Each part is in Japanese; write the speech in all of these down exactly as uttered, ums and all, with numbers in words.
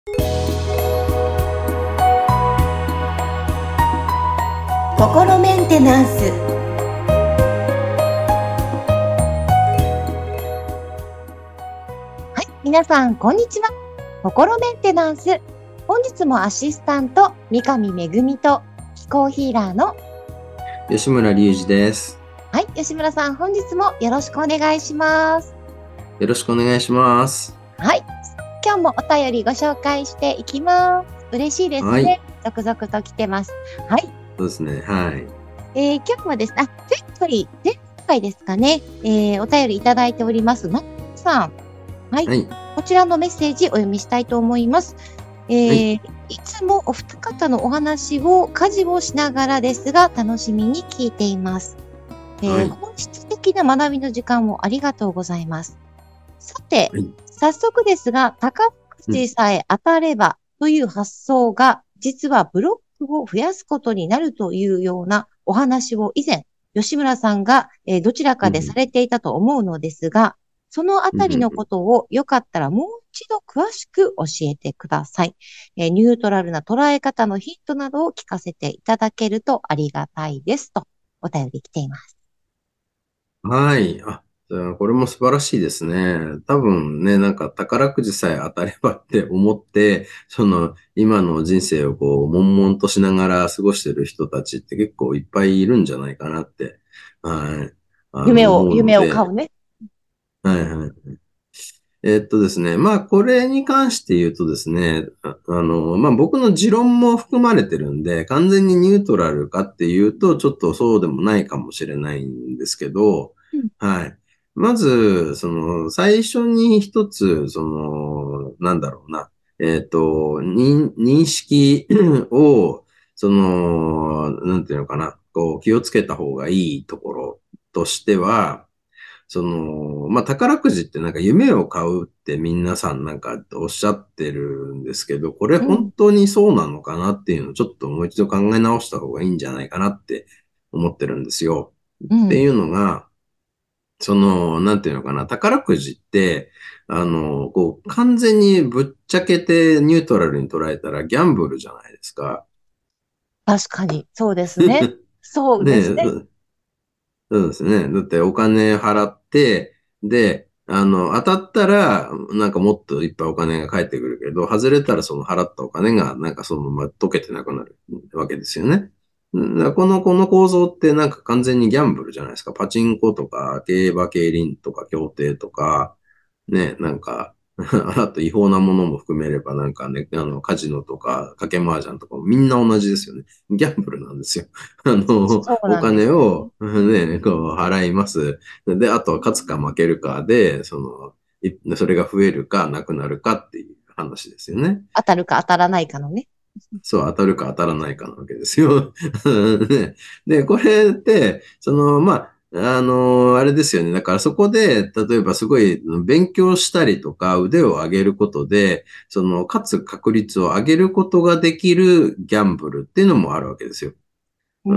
心メンテナンス。はい、皆さんこんにちは。心メンテナンス。本日もアシスタント三上めぐみと気候ヒーラーの吉村隆二です。 はい、吉村さん、本日もよろしくお願いします。 よろしくお願いします。 はい、今日もお便りご紹介していきます。嬉しいですね。はい、続々と来てます。はい。 そうですね。はい。 えー、今日はですね、あ、前回、前回ですかね、えー、お便りいただいております。なさん。はい、はい。こちらのメッセージお読みしたいと思います。えー、はい、いつもお二方のお話を家事をしながらですが、楽しみに聞いています。えーはい、本質的な学びの時間をありがとうございます。さて、はい、早速ですが、宝くじさえ当たればという発想が、実はブロックを増やすことになるというようなお話を以前、吉村さんが、えー、どちらかでされていたと思うのですが、そのあたりのことをよかったらもう一度詳しく教えてください。えー、ニュートラルな捉え方のヒントなどを聞かせていただけるとありがたいですとお便り来ています。 はい。あ、これも素晴らしいですね。多分ね、なんか宝くじさえ当たればって思って、その今の人生をこう、悶々としながら過ごしてる人たちって結構いっぱいいるんじゃないかなって、はい。あの夢を、夢を買うね。 はいはい。えーっとですね。まあ、これに関して言うとですね、あ、あの、まあ僕の持論も含まれてるんで、完全にニュートラルかっていうと、ちょっとそうでもないかもしれないんですけど、うん、はい。まず、その、最初に一つ、その、なんだろうな、えーっと、認、認識を、その、なんていうのかな、こう、気をつけた方がいいところとしては、その、まあ、宝くじってなんか夢を買うって皆さんなんかおっしゃってるんですけど、これ本当にそうなのかなっていうのをちょっともう一度考え直した方がいいんじゃないかなって思ってるんですよ。うん、っていうのが、その、なんていうのかな、宝くじって、あの、こう、完全にぶっちゃけてニュートラルに捉えたらギャンブルじゃないですか。 確かに、そうですね。そうですね。 ね、そうですね。だってお金払って、で、あの、当たったら、なんかもっといっぱいお金が返ってくるけど、外れたらその払ったお金が、なんかそのまま溶けてなくなるわけですよね。だからこの、この構造ってなんか完全にギャンブルじゃないですか。パチンコとか、競馬、競輪とか、競艇とか、ね、なんか、あと違法なものも含めればなんかね、あの、カジノとか、賭け麻雀とかもみんな同じですよね。ギャンブルなんですよ。あの、お金をね、こう払います。で、あとは勝つか負けるかで、その、いそれが増えるかなくなるかっていう話ですよね。 当たるか当たらないかのね。 そう、当たるか当たらないかなわけですよ。ね、で、これって、その、まあ、あの、あれですよね。だからそこで、例えばすごい勉強したりとか腕を上げることで、その、勝つ確率を上げることができるギャンブルっていうのもあるわけですよ。 うん、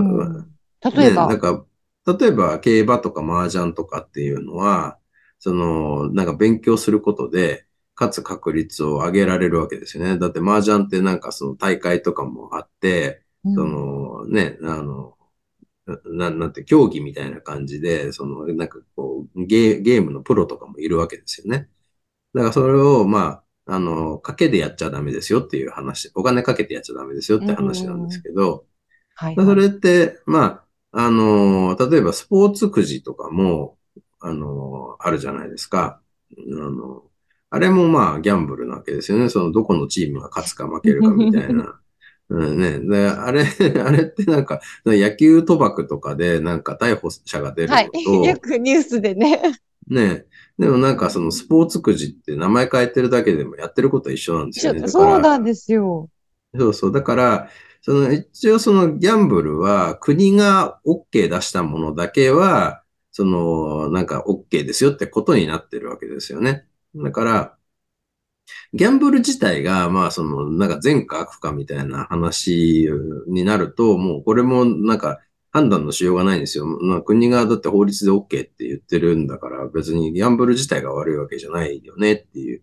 例えね、 ば、 なんか、例えば競馬とか麻雀とかっていうのは、その、なんか勉強することで、勝つ確率を上げられるわけですよね。だって麻雀ってなんかその大会とかもあって、 うん、 そのね、あの、な、なんて競技みたいな感じで、その、なんかこう、ゲー、ゲームのプロとかもいるわけですよね。だからそれを、まあ、あの、賭けでやっちゃダメですよっていう話、お金かけてやっちゃダメですよって話なんですけど、 はいはい。 それって、まあ、あの、例えばスポーツくじとかも、あの、あるじゃないですか。あの、あれもまあ、ギャンブルなわけですよね。その、どこのチームが勝つか負けるかみたいな。うんね。で、あれ、あれってなんか、野球賭博とかでなんか逮捕者が出るはい。 のと、 よくニュースでね。 ね。でもなんかそのスポーツくじって名前変えてるだけでもやってることは一緒なんですよね。だから、 そうなんですよ。 そうそう。だから、その一応そのギャンブルは国が OK 出したものだけは、そのなんか OK ですよってことになってるわけですよね。だから、ギャンブル自体が、まあそのなんか善か悪かみたいな話になると、もうこれもなんか判断のしようがないんですよ。まあ、国がだって法律で OK って言ってるんだから、別にギャンブル自体が悪いわけじゃないよねっていう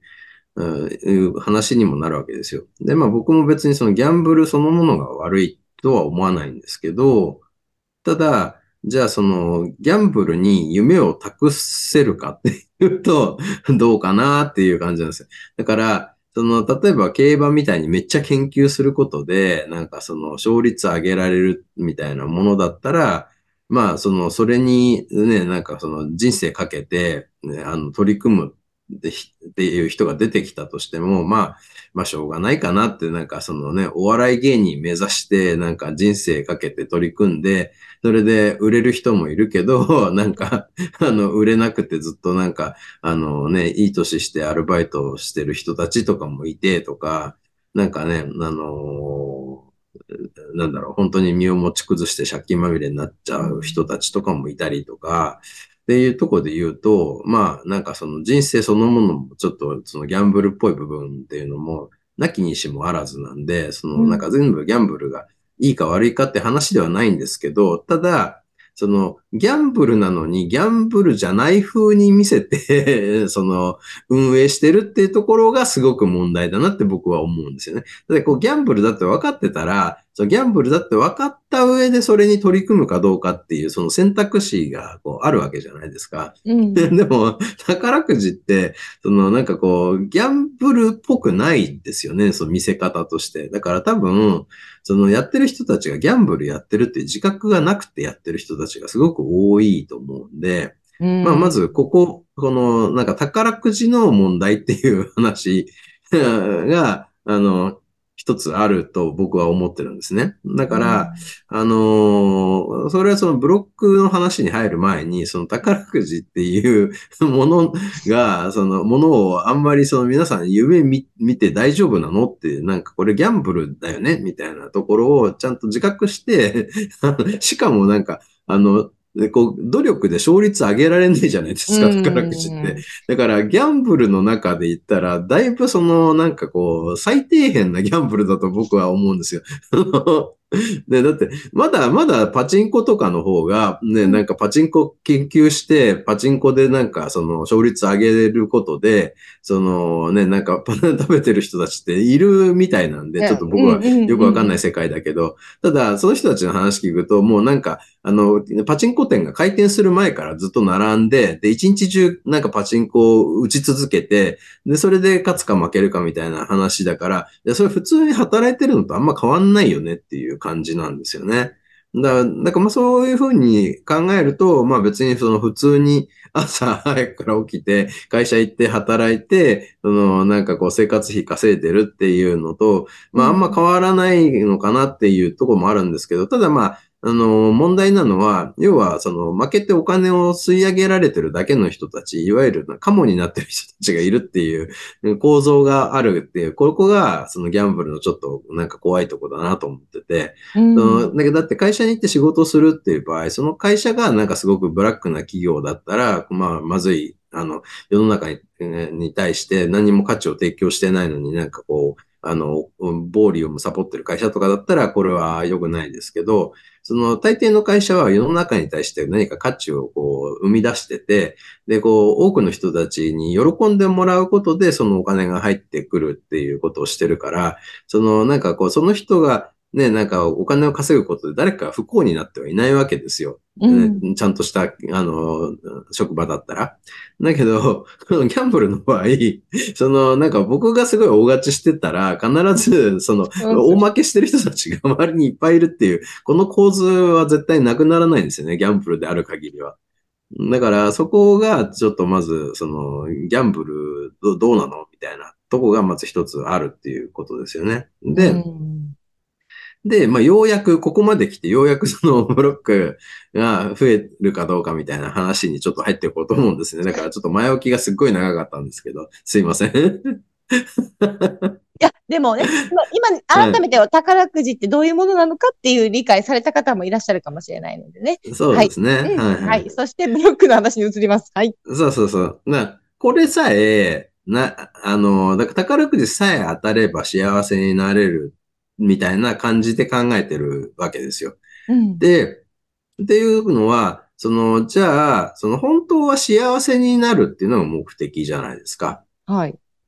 うんいう話にもなるわけですよ。で、まあ僕も別にそのギャンブルそのものが悪いとは思わないんですけど、ただ、じゃあそのギャンブルに夢を託せるかっていうと、どうかなっていう感じなんですよ。だから、その、例えば競馬みたいにめっちゃ研究することで、なんかその勝率上げられるみたいなものだったら、まあ、その、それにね、なんかその人生かけて、ね、あの、取り組むってっていう人が出てきたとしても、まあ、まあ、しょうがないかなって、なんかそのね、お笑い芸人目指して、なんか人生かけて取り組んで、それで売れる人もいるけど、なんか、あの、売れなくてずっとなんか、あのね、いい年してアルバイトをしてる人たちとかもいてとか、なんかね、あのなんだろう、本当に身を持ち崩して借金まみれになっちゃう人たちとかもいたりとか、っていうところで言うと、まあ、なんかその人生そのものもちょっとそのギャンブルっぽい部分っていうのも、なきにしもあらずなんで、そのなんか全部ギャンブルがいいか悪いかって話ではないんですけど、ただ、その、ギャンブルなのに、ギャンブルじゃない風に見せてその、運営してるっていうところがすごく問題だなって僕は思うんですよね。で、こう、ギャンブルだって分かってたら、そのギャンブルだって分かった上でそれに取り組むかどうかっていう、その選択肢がこうあるわけじゃないですか。 うん。 でも、宝くじって、そのなんかこう、ギャンブルっぽくないんですよね、その見せ方として。だから多分、そのやってる人たちがギャンブルやってるっていう自覚がなくてやってる人たちがすごく多いと思うんで、 うまあ、まん。 ず、ここ、この、なんか宝くじの問題っていう話が、あの、一つあると僕は思ってるんですね。だうから、 ん。 あのそれはそのブロックの話に入る前に、その宝くじっていうものが、そのものをあんまりその皆さん夢見見て大丈夫なのって、なんかこれギャンブルだよねみたいなところをちゃんと自覚してしかもなんか、あの、で、こう、努力で勝率上げられないじゃないでうすか、宝くじって。 ん。 だから、ギャンブルの中で言ったら、だいぶその、なんかこう、最底辺なギャンブルだと僕は思うんですよ。ね、だって、まだまだパチンコとかの方が、ね、なんかパチンコ研究して、パチンコでなんかその勝率上げることで、そのね、なんか食べてる人たちっているみたいなんで、ちょっと僕はうんうんよくわかんうんうん。 ない世界だけど、ただ、その人たちの話聞くと、もうなんか、あの、パチンコ店が開店する前からずっと並んで、で、一日中なんかパチンコを打ち続けて、で、それで勝つか負けるかみたいな話だから、いや、それ普通に働いてるのとあんま変わんないよねっていう感じなんですよね。だ、だからまあそういうふうに考えると、まあ別にその普通に朝早くから起きて、会社行って働いて、そのなんかこう生活費稼いでるっていうのと、まああんま変わらないのかなっていうところもあるんですけど、ただまあ、あの、問題なのは、要は、その、負けてお金を吸い上げられてるだけの人たち、いわゆるカモになってる人たちがいるっていう構造があるっていう、ここが、そのギャンブルのちょっとなんか怖いとこだなと思ってて、 うそのん。 だけどだって会社に行って仕事をするっていう場合、その会社がなんかすごくブラックな企業だったら、まあ、まずい、あの、世の中にに対して何も価値を提供してないのになんかこう、あの、暴利をサポってる会社とかだったら、これは良くないですけど、その大抵の会社は世の中に対して何か価値をこう生み出してて、で、こう、多くの人たちに喜んでもらうことで、そのお金が入ってくるっていうことをしてるから、その、なんかこう、その人が、ね、なんかお金を稼ぐことで誰かが不幸になってはいないわけですよ。ね、 うん。 ちゃんとした、あの、職場だったら。だけど、このギャンブルの場合、その、なんか僕がすごい大勝ちしてたら、必ず、その、 うん。 大負けしてる人たちが周りにいっぱいいるっていう、この構図は絶対なくならないんですよね、ギャンブルである限りは。だから、そこが、ちょっとまず、その、ギャンブルど、どうなのみたいなとこがまず一つあるっていうことですよね。 うで、 ん。 で、まあ、ようやく、ここまで来て、ようやくそのブロックが増えるかどうかみたいな話にちょっと入っていこうと思うんですね。だから、ちょっと前置きがすっごい長かったんですけど、すいません。 いや、でもね、ま今、 はい。 改めて宝くじってどういうものなのかっていう理解された方もいらっしゃるかもしれないのでね。はい。 そうですね。 うん。 はいはい。 はい。そしてブロックの話に移ります。はい。 そうそうそう。な、これさえ、な、あの、だから宝くじさえ当たれば幸せになれるみたいな感じで考えてるわけですよ。 うん。 で、っていうのは、その、じゃあ、その本当は幸せになるっていうのが目的じゃないですか。 はい。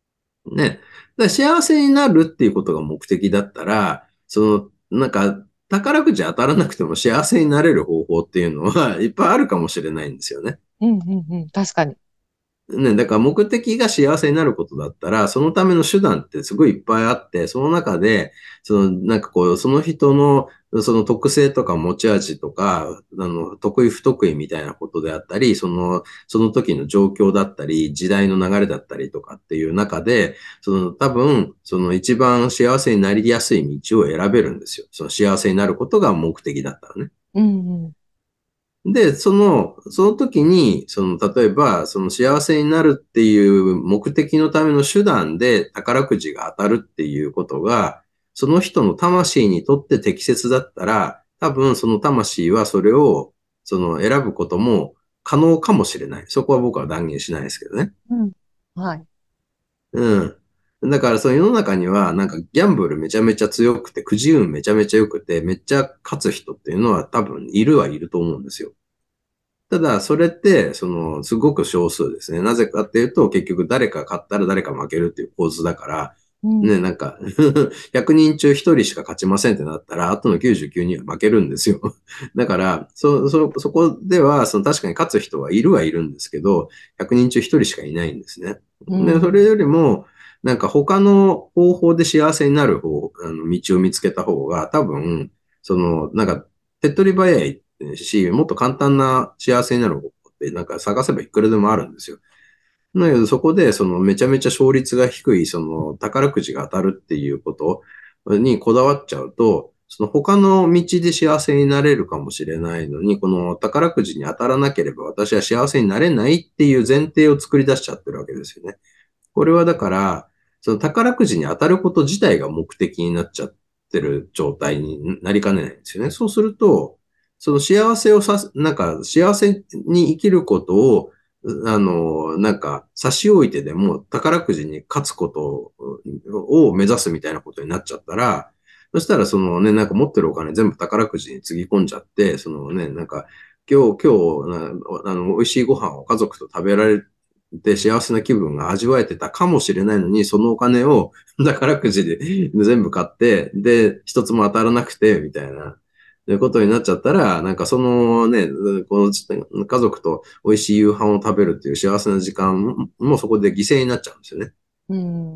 ね。だから幸せになるっていうことが目的だったら、その、なんか、宝くじ当たらなくても幸せになれる方法っていうのはいっぱいあるかもしれないんですよね。 うんうんうん。確かに。 ね、だから目的が幸せになることだったら、そのための手段ってすごいいっぱいあって、その中で、その、なんかこう、その人の、その特性とか持ち味とか、あの、得意不得意みたいなことであったり、その、その時の状況だったり、時代の流れだったりとかっていう中で、その多分、その一番幸せになりやすい道を選べるんですよ。その幸せになることが目的だったらね。 うんうん。 で、その、その時に、その、例えば、その幸せになるっていう目的のための手段で宝くじが当たるっていうことが、その人の魂にとって適切だったら、多分その魂はそれを、その選ぶことも可能かもしれない。そこは僕は断言しないですけどね。 うん。はい。 うん。だから、その世の中には、なんかギャンブルめちゃめちゃ強くて、くじ運めちゃめちゃ良くて、めっちゃ勝つ人っていうのは多分いるはいると思うんですよ。ただ、それって、その、すごく少数ですね。なぜかっていうと、結局誰か勝ったら誰か負けるっていう構図だから、 うん。 ね、なんかひゃくにん中ひとりしか勝ちませんってなったら、あとのきゅうじゅうきゅうにんは負けるんですよ。だから、そ、そ、そこでは、その確かに勝つ人はいるはいるんですけど、ひゃくにん中ひとりしかいないんですね。 うで、それん。 よりも、なんか他の方法で幸せになる方、あの、道を見つけた方が、多分、その、なんか、手っ取り早いし、もっと簡単な幸せになる方法ってなんか探せばいくらでもあるんですよ。だけどそこでそのめちゃめちゃ勝率が低いその宝くじが当たるっていうことにこだわっちゃうと、その他の道で幸せになれるかもしれないのに、この宝くじに当たらなければ私は幸せになれないっていう前提を作り出しちゃってるわけですよね。これはだから、その宝くじに当たること自体が目的になっちゃってる状態になりかねないんですよね。そうすると、その幸せをさ、なんか幸せに生きることを、あの、なんか差し置いてでも宝くじに勝つことを目指すみたいなことになっちゃったら、そしたらそのね、なんか持ってるお金全部宝くじにつぎ込んじゃって、そのね、なんか今日、今日、あの、美味しいご飯を家族と食べられで幸せな気分が味わえてたかもしれないのに、そのお金を宝くじで全部買って、で、一つも当たらなくて、みたいな。いうことになっちゃったら、なんかそのね、この家族と美味しい夕飯を食べるっていう幸せな時間もそこで犠牲になっちゃうんですよね。 うん。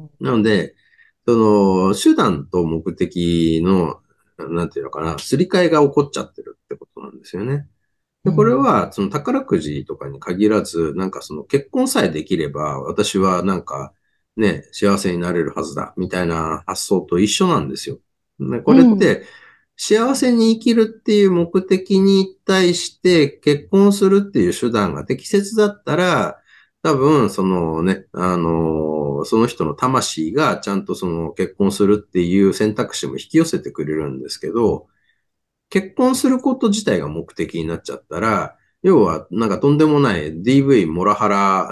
なので、その手段と目的の、なんていうのかな、すり替えが起こっちゃってるってことなんですよね。で、これうん。 は、その宝くじとかに限らず、なんかその結婚さえできれば、私はなんかね、幸せになれるはずだ、みたいな発想と一緒なんですよ。でこうん。 れって、幸せに生きるっていう目的に対して結婚するっていう手段が適切だったら、多分、そのね、あの、その人の魂がちゃんとその結婚するっていう選択肢も引き寄せてくれるんですけど、結婚すること自体が目的になっちゃったら、要は、なんかとんでもない ディーブイ モラハラ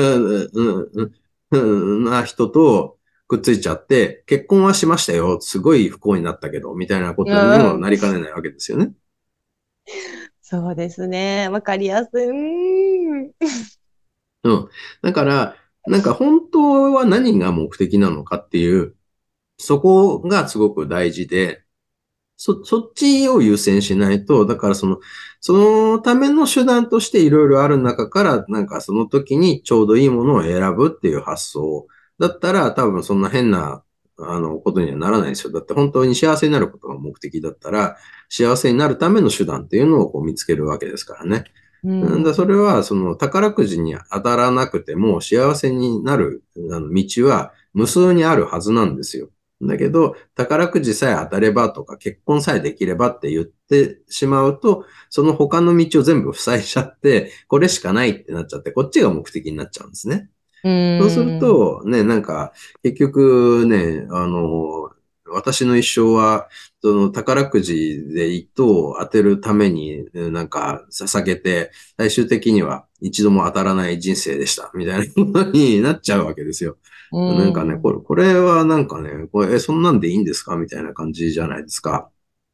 な人とくっついちゃって、結婚はしましたよ。すごい不幸になったけど、みたいなことにもうん。 なりかねないわけですよね。 そうですね。わかりやすい。うん。 うん。だから、なんか本当は何が目的なのかっていう、そこがすごく大事で、そ、そっちを優先しないと、だからその、そのための手段としていろいろある中から、なんかその時にちょうどいいものを選ぶっていう発想だったら、多分そんな変な、あの、ことにはならないですよ。だって本当に幸せになることが目的だったら、幸せになるための手段っていうのをこう見つけるわけですからね。 ううんだ、そん。 れは、その宝くじに当たらなくても幸せになるあの道は無数にあるはずなんですよ。だけど、宝くじさえ当たればとか、結婚さえできればって言ってしまうと、その他の道を全部塞いじゃって、これしかないってなっちゃって、こっちが目的になっちゃうんですね。 うそうするん。 と、ね、なんか、結局ね、あの、私の一生は、その宝くじで一等を当てるために、なんか、捧げて、最終的には一度も当たらない人生でした、みたいなことになっちゃうわけですよ。 うなんかね、こん。 れ、これはなんかね、これ、え、そんなんでいいんですかみたいな感じじゃないですか。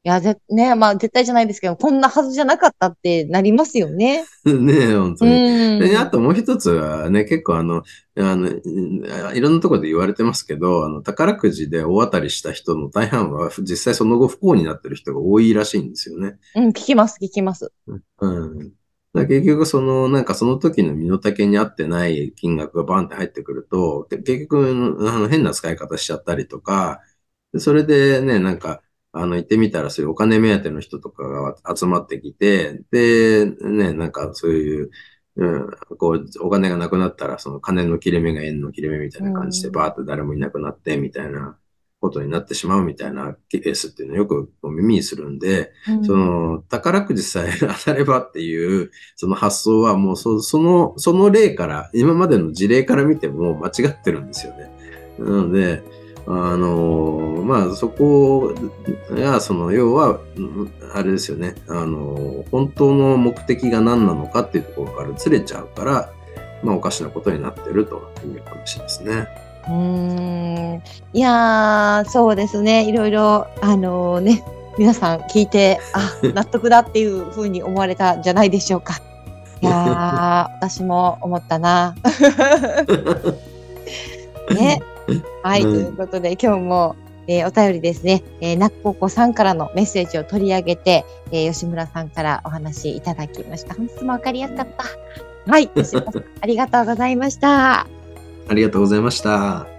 や、ぜ、ね、まあ絶対じゃないですけど、こんなはずじゃなかったってなりますよね。 ねえ、本当うに。で、あーん。 ともう一つはね、結構あの、あの、いろんなところで言われてますけど、あの、宝くじで大当たりした人の大半は、実際その後不幸になってる人が多いらしいんですよね。 うん、聞きます、聞きます。 うん。だから結局その、なんかその時の身の丈に合ってない金額がバンって入ってくると、け結局、あの、変な使い方しちゃったりとか、でそれでね、なんか、あの、行ってみたらそういうお金目当ての人とかが集まってきて、で、ね、なんかそういう、うん、こう、お金がなくなったら、その金の切れ目が円の切れ目みたいうな感じで、バーん。 って誰もいなくなって、みたいなことになってしまうみたいなケースっていうのをよく耳にするんで、そうん。 の、宝くじさえ当たればっていう、その発想はもうそ、その、その例から、今までの事例から見ても間違ってるんですよね。なので、あの、まあ、そこが、その、要は、あれですよね、あの、本当の目的が何なのかっていうところからずれちゃうから、まあ、おかしなことになってるという話ですね。 うーん。いやー、そうですね。いろいろ、あのね、皆さん聞いて、あ、納得だっていうふうに思われたんじゃないでしょうか。いやー、私も思ったな。ね。はい。ということで、今日も、えーお便りですね、えー、なっここさんからのメッセージを取り上げて、えー吉村さんからお話いただきました。本日もわかりやすかった。はい。吉村さん、ありがとうございました。 ありがとうございました。